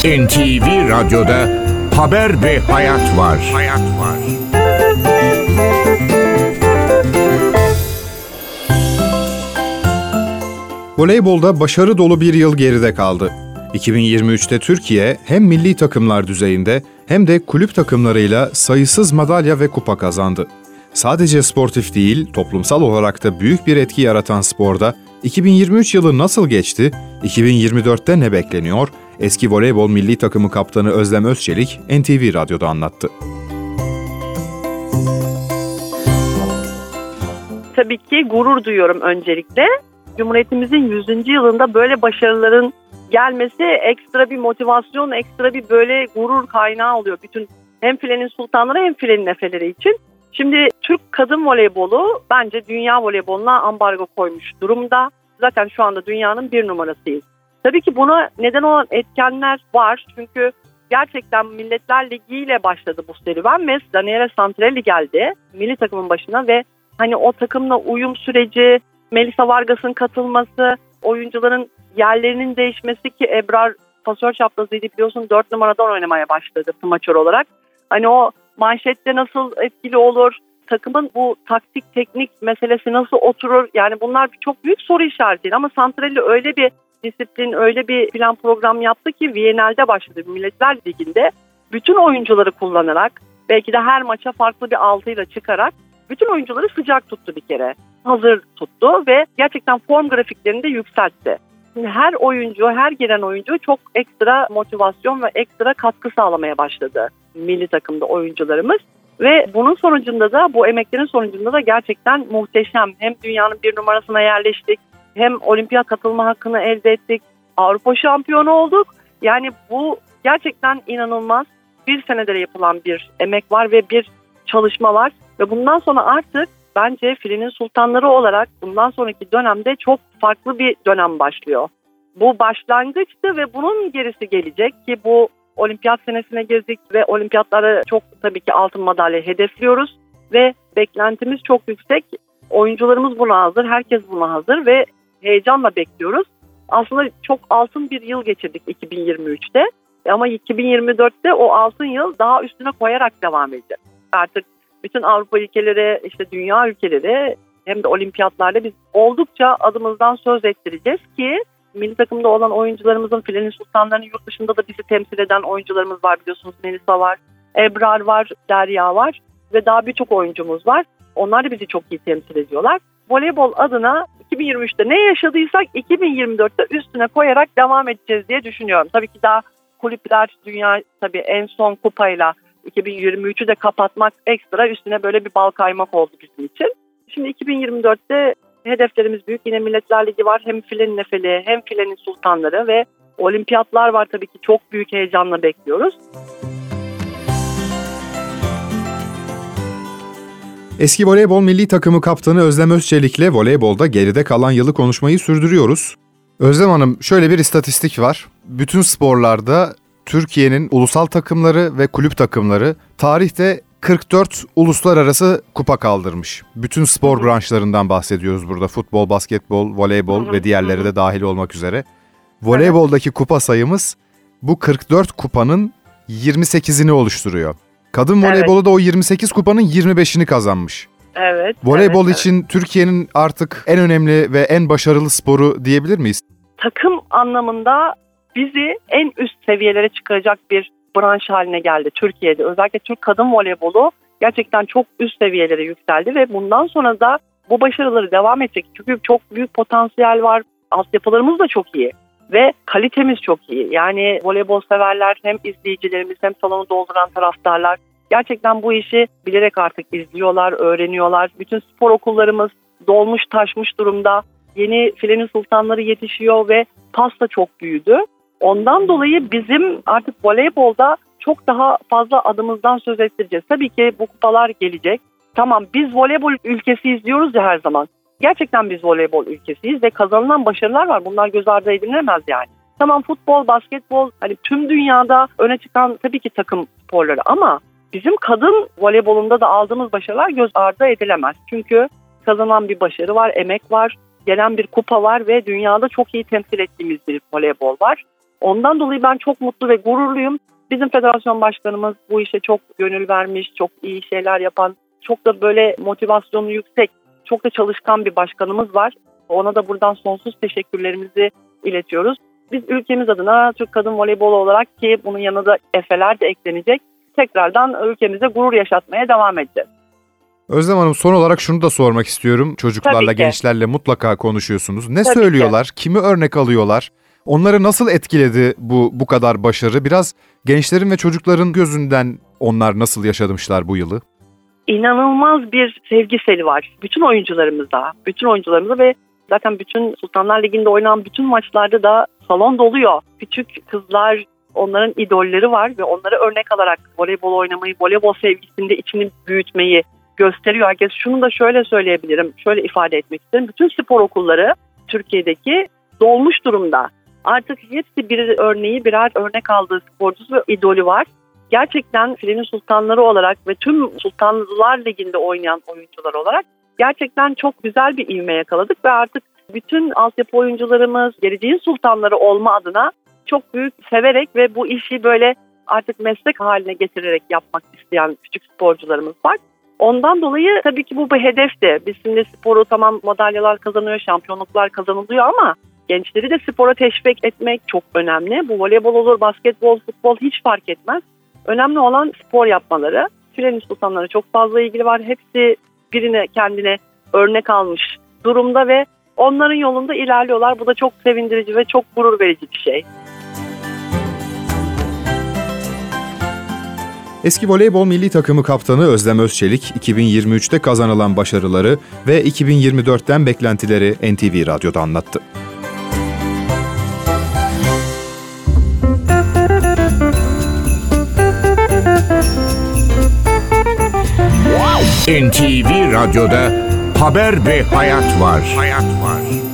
NTV Radyo'da haber ve hayat var. Voleybolda başarı dolu bir yıl geride kaldı. 2023'te Türkiye hem milli takımlar düzeyinde hem de kulüp takımlarıyla sayısız madalya ve kupa kazandı. Sadece sportif değil, toplumsal olarak da büyük bir etki yaratan sporda 2023 yılı nasıl geçti, 2024'te ne bekleniyor? Eski voleybol milli takımı kaptanı Özlem Özçelik NTV Radyo'da anlattı. Tabii ki gurur duyuyorum öncelikle. Cumhuriyetimizin 100. yılında böyle başarıların gelmesi ekstra bir motivasyon, ekstra bir böyle gurur kaynağı oluyor. Bütün hem filenin sultanları hem filenin efeleri için. Şimdi Türk kadın voleybolu bence dünya voleyboluna ambargo koymuş durumda. Zaten şu anda dünyanın bir numarasıyız. Tabii ki buna neden olan etkenler var. Çünkü gerçekten Milletler Ligi ile başladı bu serüven ve Daniela Santarelli geldi milli takımın başına ve hani o takımla uyum süreci, Melisa Vargas'ın katılması, oyuncuların yerlerinin değişmesi ki Ebrar pasör çaprazıydı biliyorsun 4 numaradan oynamaya başladı smaçör olarak. Hani o manşette nasıl etkili olur, takımın bu taktik teknik meselesi nasıl oturur yani bunlar çok büyük soru işaretiydi ama Santarelli öyle bir disiplin, öyle bir plan program yaptı ki Viyana'da başladı Milletler Ligi'nde bütün oyuncuları kullanarak belki de her maça farklı bir altıyla çıkarak bütün oyuncuları sıcak tuttu bir kere. Hazır tuttu ve gerçekten form grafiklerini de yükseltti. Şimdi her oyuncu, her gelen oyuncu çok ekstra motivasyon ve ekstra katkı sağlamaya başladı milli takımda oyuncularımız. Ve bunun sonucunda da bu emeklerin sonucunda da gerçekten muhteşem. Hem dünyanın bir numarasına yerleştik, hem olimpiyat katılma hakkını elde ettik, Avrupa şampiyonu olduk. Yani bu gerçekten inanılmaz bir senedir yapılan bir emek var ve bir çalışma var. Ve bundan sonra artık bence filenin sultanları olarak bundan sonraki dönemde çok farklı bir dönem başlıyor. Bu başlangıçtı ve bunun gerisi gelecek ki bu olimpiyat senesine girdik ve olimpiyatlara çok tabii ki altın madalya hedefliyoruz ve beklentimiz çok yüksek. Oyuncularımız buna hazır, herkes buna hazır ve heyecanla bekliyoruz. Aslında çok altın bir yıl geçirdik 2023'te ama 2024'te o altın yıl daha üstüne koyarak devam edecek. Artık bütün Avrupa ülkeleri, işte dünya ülkeleri hem de olimpiyatlarda biz oldukça adımızdan söz ettireceğiz ki milli takımda olan oyuncularımızın filenin sultanlarının yurt dışında da bizi temsil eden oyuncularımız var biliyorsunuz. Melisa var, Ebrar var, Derya var ve daha birçok oyuncumuz var. Onlar da bizi çok iyi temsil ediyorlar. Voleybol adına 2023'te ne yaşadıysak 2024'te üstüne koyarak devam edeceğiz diye düşünüyorum. Tabii ki daha kulüpler, dünya tabii en son kupayla 2023'ü de kapatmak ekstra üstüne böyle bir bal kaymak oldu bizim için. Şimdi 2024'te hedeflerimiz büyük. Yine Milletler Ligi var. Hem filenin nefeli hem filenin sultanları ve olimpiyatlar var tabii ki çok büyük heyecanla bekliyoruz. Eski voleybol milli takımı kaptanı Özlem Özçelik'le voleybolda geride kalan yılı konuşmayı sürdürüyoruz. Özlem Hanım, şöyle bir istatistik var. Bütün sporlarda Türkiye'nin ulusal takımları ve kulüp takımları tarihte 44 uluslararası kupa kaldırmış. Bütün spor branşlarından bahsediyoruz burada. Futbol, basketbol, voleybol ve diğerleri de dahil olmak üzere. Voleyboldaki kupa sayımız bu 44 kupanın 28'ini oluşturuyor. Kadın voleybolu da o 28 kupanın 25'ini kazanmış. Evet. Voleybol için Türkiye'nin artık en önemli ve en başarılı sporu diyebilir miyiz? Takım anlamında bizi en üst seviyelere çıkaracak bir branş haline geldi Türkiye'de. Özellikle Türk kadın voleybolu gerçekten çok üst seviyelere yükseldi ve bundan sonra da bu başarıları devam edecek. Çünkü çok büyük potansiyel var. Altyapılarımız da çok iyi ve kalitemiz çok iyi. Yani voleybol severler hem izleyicilerimiz hem salonu dolduran taraftarlar gerçekten bu işi bilerek artık izliyorlar, öğreniyorlar. Bütün spor okullarımız dolmuş taşmış durumda. Yeni filenin sultanları yetişiyor ve pas da çok büyüdü. Ondan dolayı bizim artık voleybolda çok daha fazla adımızdan söz ettireceğiz. Tabii ki bu kupalar gelecek. Tamam biz voleybol ülkesiyiz diyoruz ya her zaman. Gerçekten biz voleybol ülkesiyiz ve kazanılan başarılar var. Bunlar göz ardı edilemez yani. Tamam futbol, basketbol hani tüm dünyada öne çıkan tabii ki takım sporları ama bizim kadın voleybolunda da aldığımız başarılar göz ardı edilemez. Çünkü kazanan bir başarı var, emek var, gelen bir kupa var ve dünyada çok iyi temsil ettiğimiz bir voleybol var. Ondan dolayı ben çok mutlu ve gururluyum. Bizim federasyon başkanımız bu işe çok gönül vermiş, çok iyi şeyler yapan, çok da böyle motivasyonu yüksek, çok da çalışkan bir başkanımız var. Ona da buradan sonsuz teşekkürlerimizi iletiyoruz. Biz ülkemiz adına Türk Kadın Voleybolu olarak, ki bunun yanında da Efe'ler de eklenecek, tekrardan ülkemize gurur yaşatmaya devam edeceğiz. Özlem Hanım, son olarak şunu da sormak istiyorum. Çocuklarla, Tabii ki. gençlerle mutlaka konuşuyorsunuz. Ne Tabii söylüyorlar? Kimi örnek alıyorlar? Onları nasıl etkiledi bu kadar başarı? Biraz gençlerin ve çocukların gözünden onlar nasıl yaşamışlar bu yılı? İnanılmaz bir sevgi seli var. Bütün oyuncularımıza ve zaten bütün Sultanlar Ligi'nde oynanan bütün maçlarda da salon doluyor. Küçük kızlar, onların idolleri var ve onları örnek alarak voleybol oynamayı, voleybol sevgisinde içini büyütmeyi gösteriyor herkes. Şunu da şöyle söyleyebilirim, şöyle ifade etmek isterim. Bütün spor okulları Türkiye'deki dolmuş durumda. Artık hepsi birer örnek aldığı sporcusu ve idolü var. Gerçekten filenin sultanları olarak ve tüm Sultanlar Ligi'nde oynayan oyuncular olarak gerçekten çok güzel bir ivme yakaladık ve artık bütün altyapı oyuncularımız geleceğin sultanları olma adına çok büyük severek ve bu işi böyle artık meslek haline getirerek yapmak isteyen küçük sporcularımız var. Ondan dolayı tabii ki bu bir hedefti. Biz şimdi sporu tamam madalyalar kazanıyor, şampiyonluklar kazanılıyor ama gençleri de spora teşvik etmek çok önemli. Bu voleybol olur, basketbol, futbol hiç fark etmez. Önemli olan spor yapmaları. Filenin sultanları çok fazla ilgili var. Hepsi birine kendine örnek almış durumda ve onların yolunda ilerliyorlar. Bu da çok sevindirici ve çok gurur verici bir şey. Eski voleybol milli takımı kaptanı Özlem Özçelik, 2023'te kazanılan başarıları ve 2024'ten beklentileri NTV Radyo'da anlattı. NTV Radyo'da Haber ve Hayat var.